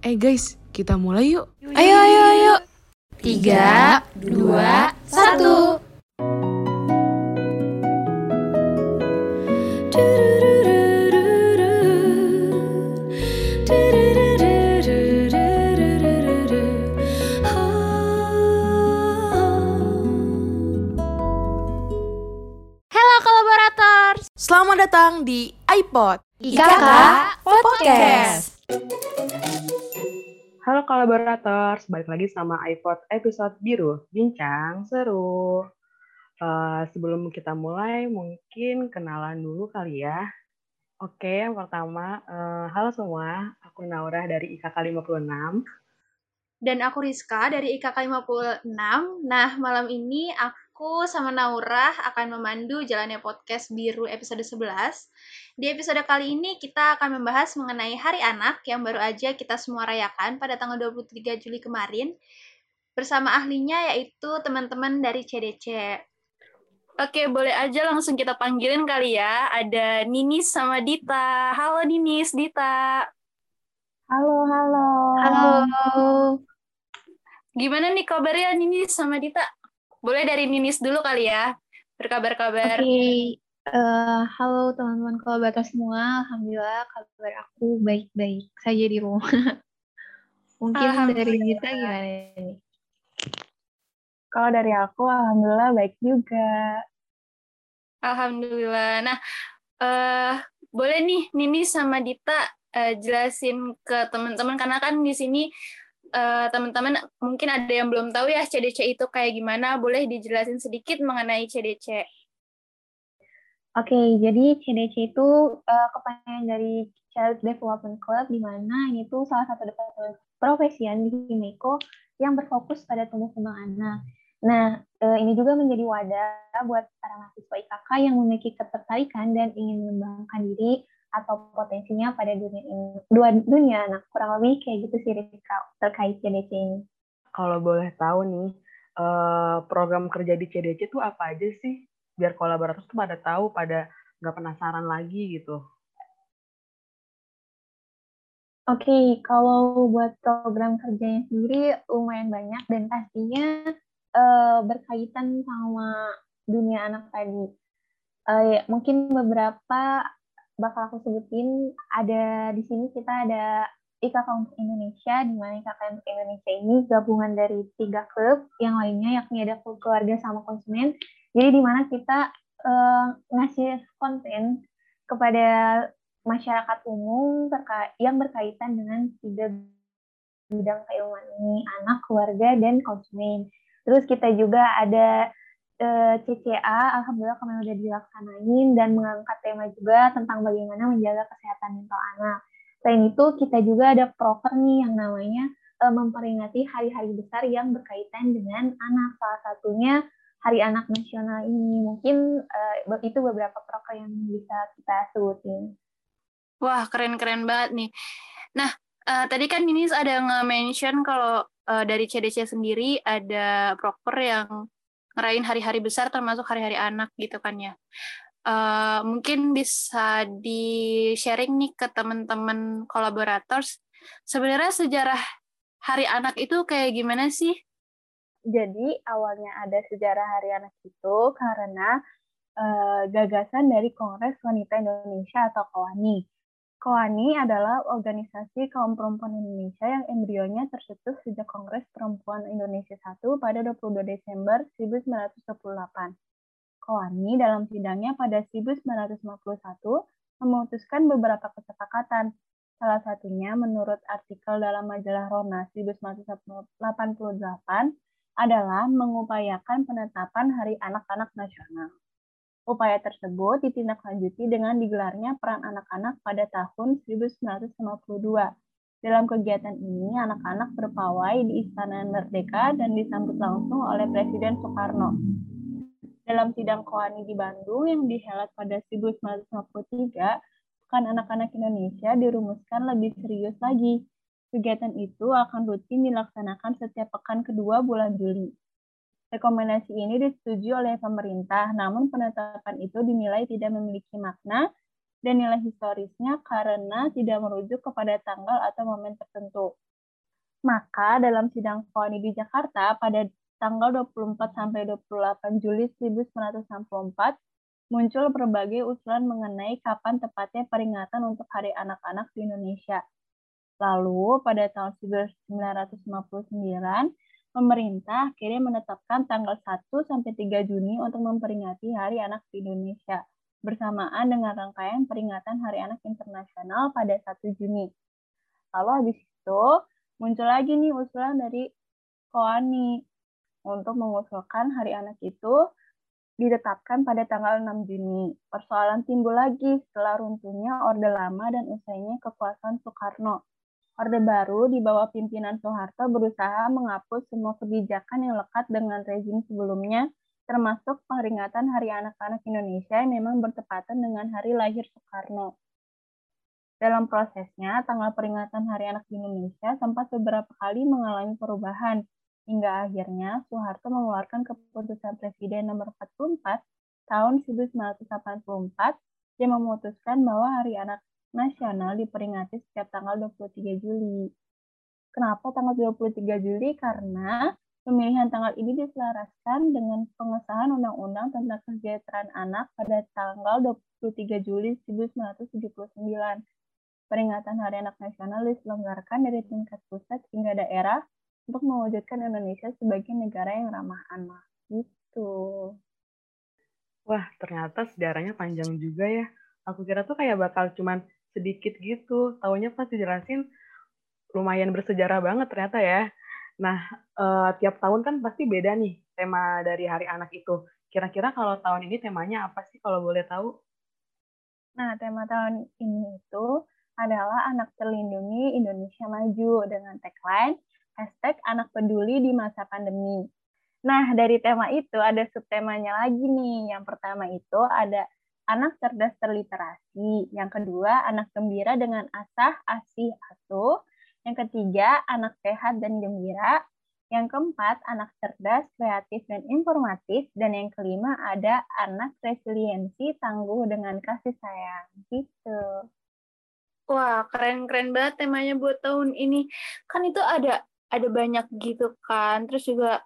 Guys, kita mulai yuk. Ayo. 3, 2, 1. Halo kolaborators. Selamat datang di iPod IKK Podcast. Halo kolaborators, balik lagi sama iPod episode biru, bincang seru. Sebelum kita mulai, mungkin kenalan dulu kali ya. Oke, yang pertama, halo semua, aku Naurah dari IKK 56. Dan aku Rizka dari IKK 56. Nah, malam ini aku sama Naurah akan memandu jalannya podcast biru episode 11. Di episode kali ini kita akan membahas mengenai Hari Anak yang baru aja kita semua rayakan pada tanggal 23 Juli kemarin bersama ahlinya yaitu teman-teman dari CDC. Oke, boleh aja langsung kita panggilin kali ya. Ada Ninis sama Dita. Halo Ninis, Dita. Halo. Gimana nih kabarnya Ninis sama Dita? Boleh dari Ninis dulu kali ya. Berkabar-kabar. Oke, halo teman-teman kolaborator semua. Alhamdulillah kabar aku baik-baik saja di rumah. Mungkin dari Dita gimana nih? Kalau dari aku, alhamdulillah baik juga. Alhamdulillah. Nah, boleh nih Ninis sama Dita jelasin ke teman-teman karena kan di sini teman-teman mungkin ada yang belum tahu ya CDC itu kayak gimana. Boleh dijelasin sedikit mengenai CDC? Oke, jadi CDC itu kepanjangan dari Child Development Club, di mana ini tuh salah satu departemen profesian di Himeko yang berfokus pada tumbuh kembang anak. Nah, ini juga menjadi wadah buat para mahasiswa IKK yang memiliki ketertarikan dan ingin mengembangkan diri atau potensinya pada dunia anak. Kurang lebih kayak gitu sih Rizka, terkait CDC ini. Kalau boleh tahu nih, program kerja di CDC itu apa aja sih? Biar kolaborator tuh pada tahu, pada nggak penasaran lagi gitu. Oke, kalau buat program kerjanya sendiri lumayan banyak dan pastinya berkaitan sama dunia anak tadi. Mungkin beberapa bakal aku sebutin. Ada di sini kita ada IKK untuk Indonesia, di mana IKK untuk Indonesia ini gabungan dari 3 klub, yang lainnya yakni ada klub keluarga sama konsumen. Jadi di mana kita ngasih konten kepada masyarakat umum yang berkaitan dengan 3 bidang keilmuan ini, anak, keluarga, dan konsumen. Terus kita juga ada CCA, alhamdulillah kemarin udah dilaksanain dan mengangkat tema juga tentang bagaimana menjaga kesehatan mental anak. Selain itu kita juga ada proker nih yang namanya memperingati hari-hari besar yang berkaitan dengan anak. Salah satunya Hari Anak Nasional ini. Mungkin itu beberapa proker yang bisa kita sebutin. Wah, keren-keren banget nih. Nah, tadi kan Ninis ada nge-mention kalau dari CDC sendiri ada proker yang ngerayain hari-hari besar termasuk hari-hari anak gitu kan ya. Mungkin bisa di-sharing nih ke teman-teman kolaborators. Sebenarnya sejarah Hari Anak itu kayak gimana sih? Jadi awalnya ada sejarah Hari Anak itu karena gagasan dari Kongres Wanita Indonesia atau KOWANI. KOWANI adalah organisasi kaum perempuan Indonesia yang embrionya tercetus sejak Kongres Perempuan Indonesia I pada 22 Desember 1928. KOWANI dalam sidangnya pada 1951 memutuskan beberapa kesepakatan. Salah satunya menurut artikel dalam majalah Rona 1988 adalah mengupayakan penetapan Hari Anak-Anak Nasional. Upaya tersebut ditindaklanjuti dengan digelarnya Peran Anak-anak pada tahun 1952. Dalam kegiatan ini, anak-anak berpawai di Istana Merdeka dan disambut langsung oleh Presiden Soekarno. Dalam sidang KOWANI di Bandung yang dihelat pada 1953, Pekan Anak-anak Indonesia dirumuskan lebih serius lagi. Kegiatan itu akan rutin dilaksanakan setiap pekan kedua bulan Juli. Rekomendasi ini disetujui oleh pemerintah, namun penetapan itu dinilai tidak memiliki makna dan nilai historisnya karena tidak merujuk kepada tanggal atau momen tertentu. Maka dalam sidang KOANI di Jakarta pada tanggal 24 sampai 28 Juli 1964 muncul berbagai usulan mengenai kapan tepatnya peringatan untuk Hari Anak-anak di Indonesia. Lalu pada tahun 1959 pemerintah akhirnya menetapkan tanggal 1 sampai 3 Juni untuk memperingati Hari Anak di Indonesia, bersamaan dengan rangkaian peringatan Hari Anak Internasional pada 1 Juni. Lalu habis itu muncul lagi nih usulan dari KOANI untuk mengusulkan Hari Anak itu ditetapkan pada tanggal 6 Juni. Persoalan timbul lagi setelah runtuhnya Orde Lama dan usainya kekuasaan Soekarno. Orde Baru di bawah pimpinan Soeharto berusaha menghapus semua kebijakan yang lekat dengan rezim sebelumnya, termasuk peringatan Hari Anak-anak Indonesia yang memang bertepatan dengan hari lahir Soekarno. Dalam prosesnya, tanggal peringatan Hari Anak di Indonesia sempat beberapa kali mengalami perubahan, hingga akhirnya Soeharto mengeluarkan keputusan Presiden nomor 44 tahun 1984 yang memutuskan bahwa Hari Anak Nasional diperingati setiap tanggal 23 Juli. Kenapa tanggal 23 Juli? Karena pemilihan tanggal ini diselaraskan dengan pengesahan Undang-Undang tentang Kesejahteraan Anak pada tanggal 23 Juli 1979. Peringatan Hari Anak Nasional diselenggarakan dari tingkat pusat hingga daerah untuk mewujudkan Indonesia sebagai negara yang ramah anak. Gitu. Wah, ternyata sejarahnya panjang juga ya. Aku kira tuh kayak bakal cuman sedikit gitu. Taunya pas dijelasin lumayan bersejarah banget ternyata ya. Nah, tiap tahun kan pasti beda nih tema dari Hari Anak itu. Kira-kira kalau tahun ini temanya apa sih kalau boleh tahu? Nah, tema tahun ini itu adalah Anak Terlindungi Indonesia Maju dengan tagline #AnakPeduli di masa pandemi. Nah, dari tema itu ada subtemanya lagi nih. Yang pertama itu ada Anak Cerdas Terliterasi. Yang kedua, Anak Gembira dengan Asah, Asih, Asuh. Yang ketiga, Anak Sehat dan Gembira. Yang keempat, Anak Cerdas, Kreatif, dan Informatif. Dan yang kelima ada Anak Resiliensi, Tangguh dengan Kasih Sayang. Gitu. Wah, keren-keren banget temanya buat tahun ini. Kan itu ada banyak gitu kan. Terus juga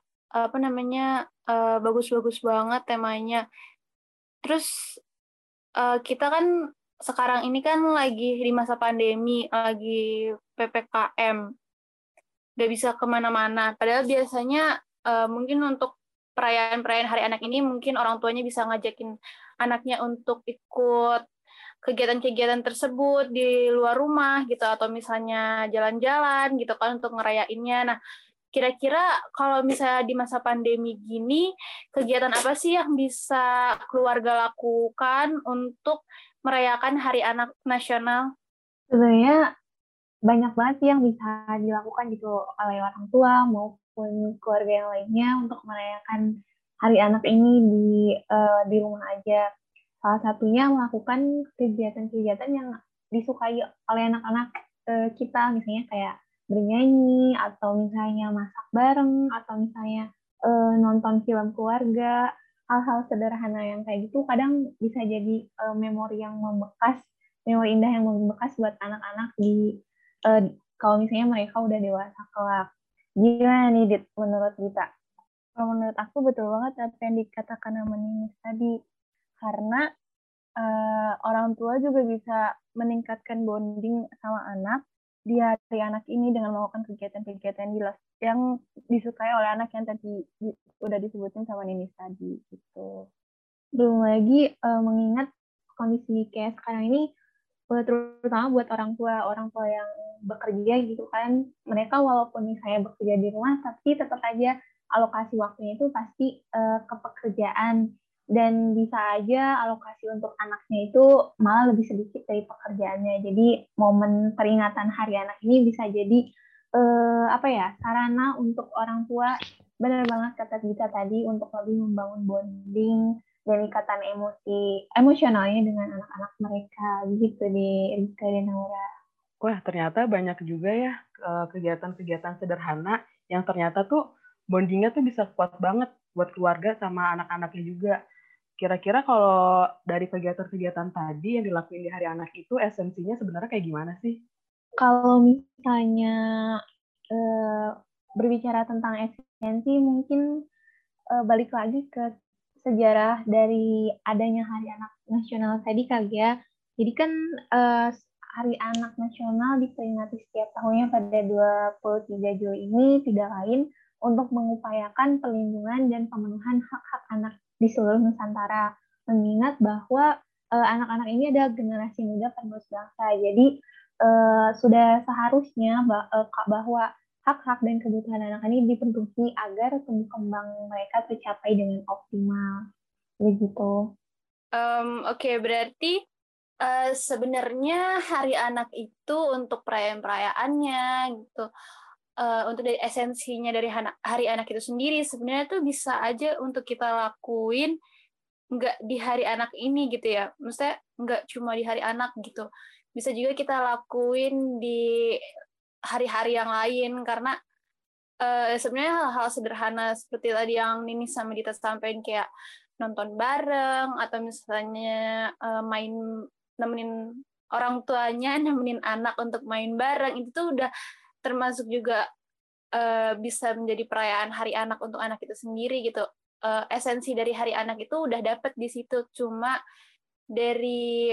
bagus-bagus banget temanya. Terus kita kan sekarang ini kan lagi di masa pandemi, lagi PPKM, nggak bisa kemana-mana. Padahal biasanya mungkin untuk perayaan-perayaan Hari Anak ini mungkin orang tuanya bisa ngajakin anaknya untuk ikut kegiatan-kegiatan tersebut di luar rumah gitu, atau misalnya jalan-jalan gitu kan untuk ngerayainnya. Nah, kira-kira kalau misalnya di masa pandemi gini, kegiatan apa sih yang bisa keluarga lakukan untuk merayakan Hari Anak Nasional? Sebenarnya banyak banget sih yang bisa dilakukan gitu oleh orang tua maupun keluarga yang lainnya untuk merayakan Hari Anak ini di rumah aja. Salah satunya melakukan kegiatan-kegiatan yang disukai oleh anak-anak kita, misalnya kayak bernyanyi, atau misalnya masak bareng, atau misalnya nonton film keluarga. Hal-hal sederhana yang kayak gitu kadang bisa jadi memori yang membekas, memori indah yang membekas buat anak-anak kalau misalnya mereka udah dewasa kelak. Gimana nih, Dit, menurut Dita? Kalau menurut aku betul banget apa yang dikatakan sama Ninis tadi. Karena orang tua juga bisa meningkatkan bonding sama anak di Hari Anak ini dengan melakukan kegiatan-kegiatan yang disukai oleh anak yang tadi udah disebutin sama Ninis tadi gitu. Belum lagi mengingat kondisi kayak sekarang ini, terutama buat orang tua yang bekerja gitu kan, mereka walaupun misalnya bekerja di rumah tapi tetap aja alokasi waktunya itu pasti ke pekerjaan, dan bisa aja alokasi untuk anaknya itu malah lebih sedikit dari pekerjaannya. Jadi momen peringatan Hari Anak ini bisa jadi sarana untuk orang tua, benar banget kata Gita tadi, untuk lebih membangun bonding dan ikatan emosionalnya dengan anak-anak mereka gitu di Rizka dan Naura. Wah, ternyata banyak juga ya kegiatan-kegiatan sederhana yang ternyata tuh bondingnya tuh bisa kuat banget buat keluarga sama anak-anaknya juga. Kira-kira kalau dari kegiatan-kegiatan tadi yang dilakuin di Hari Anak itu esensinya sebenarnya kayak gimana sih? Kalau misalnya berbicara tentang esensi, mungkin balik lagi ke sejarah dari adanya Hari Anak Nasional tadi kali ya. Jadi kan Hari Anak Nasional diperingati setiap tahunnya pada 23 Juli ini tidak lain untuk mengupayakan perlindungan dan pemenuhan hak-hak anak di seluruh Nusantara. Mengingat bahwa anak-anak ini adalah generasi muda penerus bangsa. Jadi sudah seharusnya bahwa hak-hak dan kebutuhan anak ini dipenuhi agar tumbuh kembang mereka tercapai dengan optimal. Begitu. Oke, berarti sebenarnya Hari Anak itu untuk perayaan-perayaannya gitu. Untuk dari esensinya dari Hari Anak itu sendiri sebenarnya tuh bisa aja untuk kita lakuin nggak di Hari Anak ini gitu ya. Maksudnya nggak cuma di Hari Anak gitu. Bisa juga kita lakuin di hari-hari yang lain karena sebenarnya hal-hal sederhana seperti tadi yang Nini sama Dita sampaikan kayak nonton bareng atau misalnya nemenin orang tuanya nemenin anak untuk main bareng itu tuh udah termasuk juga bisa menjadi perayaan Hari Anak untuk anak itu sendiri gitu. Esensi dari Hari Anak itu udah dapet di situ, cuma dari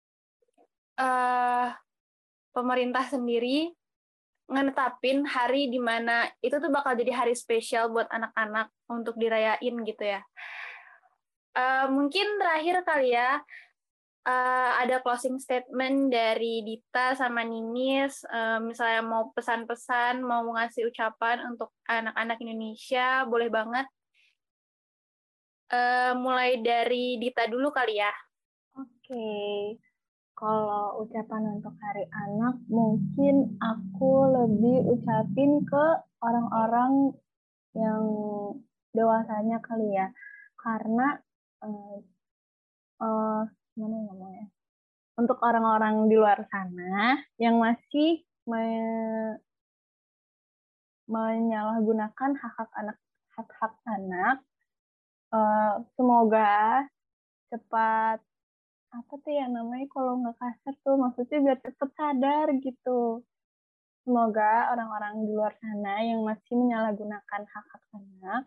pemerintah sendiri ngetapin hari di mana itu tuh bakal jadi hari spesial buat anak-anak untuk dirayain gitu ya. Mungkin terakhir kali ya, ada closing statement dari Dita sama Ninis, misalnya mau pesan-pesan, mau ngasih ucapan untuk anak-anak Indonesia, boleh banget. Mulai dari Dita dulu kali ya. Oke. Kalau ucapan untuk Hari Anak, mungkin aku lebih ucapin ke orang-orang yang dewasanya kali ya. Karena, gimana ngomongnya? Untuk orang-orang di luar sana yang masih menyalahgunakan hak-hak anak, semoga cepat apa tuh yang namanya kalau nggak kasar tuh maksudnya biar cepet sadar gitu. Semoga orang-orang di luar sana yang masih menyalahgunakan hak-hak anak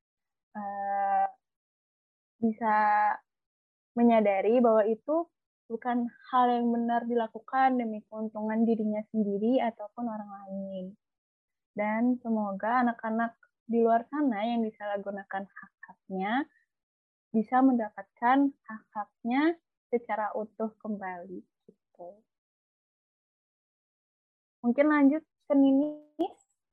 bisa menyadari bahwa itu bukan hal yang benar dilakukan demi keuntungan dirinya sendiri ataupun orang lain. Dan semoga anak-anak di luar sana yang disalahgunakan hak-haknya bisa mendapatkan hak-haknya secara utuh kembali gitu. Mungkin lanjut ke Ninis.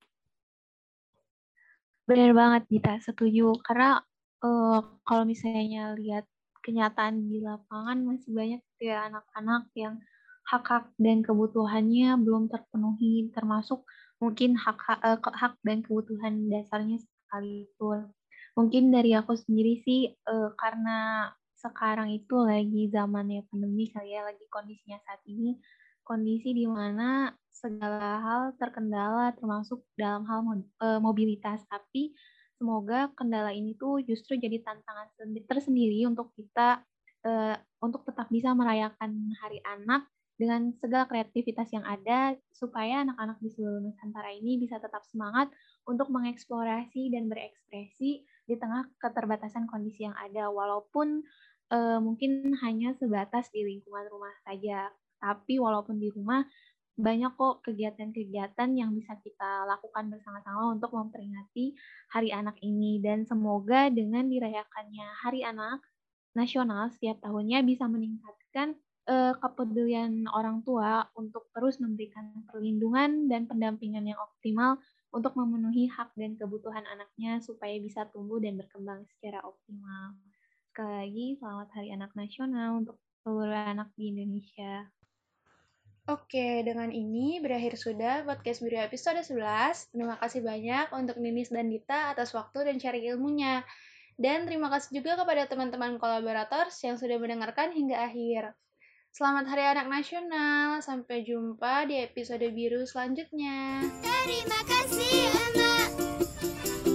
Benar banget Dita, setuju. Karena kalau misalnya lihat kenyataan di lapangan masih banyak ya anak-anak yang hak-hak dan kebutuhannya belum terpenuhi, termasuk mungkin hak dan kebutuhan dasarnya sekalipun. Mungkin dari aku sendiri sih karena sekarang itu lagi zamannya pandemi kali ya, lagi kondisinya saat ini, kondisi di mana segala hal terkendala termasuk dalam hal mobilitas. Tapi semoga kendala ini tuh justru jadi tantangan tersendiri untuk kita untuk tetap bisa merayakan Hari Anak dengan segala kreativitas yang ada supaya anak-anak di seluruh Nusantara ini bisa tetap semangat untuk mengeksplorasi dan berekspresi di tengah keterbatasan kondisi yang ada, walaupun mungkin hanya sebatas di lingkungan rumah saja. Tapi walaupun di rumah, banyak kok kegiatan-kegiatan yang bisa kita lakukan bersama-sama untuk memperingati Hari Anak ini. Dan semoga dengan dirayakannya Hari Anak Nasional setiap tahunnya bisa meningkatkan kepedulian orang tua untuk terus memberikan perlindungan dan pendampingan yang optimal untuk memenuhi hak dan kebutuhan anaknya supaya bisa tumbuh dan berkembang secara optimal. Sekali lagi, selamat Hari Anak Nasional untuk seluruh anak di Indonesia. Oke, dengan ini berakhir sudah podcast Biru episode 11. Terima kasih banyak untuk Ninis dan Dita atas waktu dan sharing ilmunya. Dan terima kasih juga kepada teman-teman kolaborator yang sudah mendengarkan hingga akhir. Selamat Hari Anak Nasional. Sampai jumpa di episode Biru selanjutnya. Terima kasih, anak.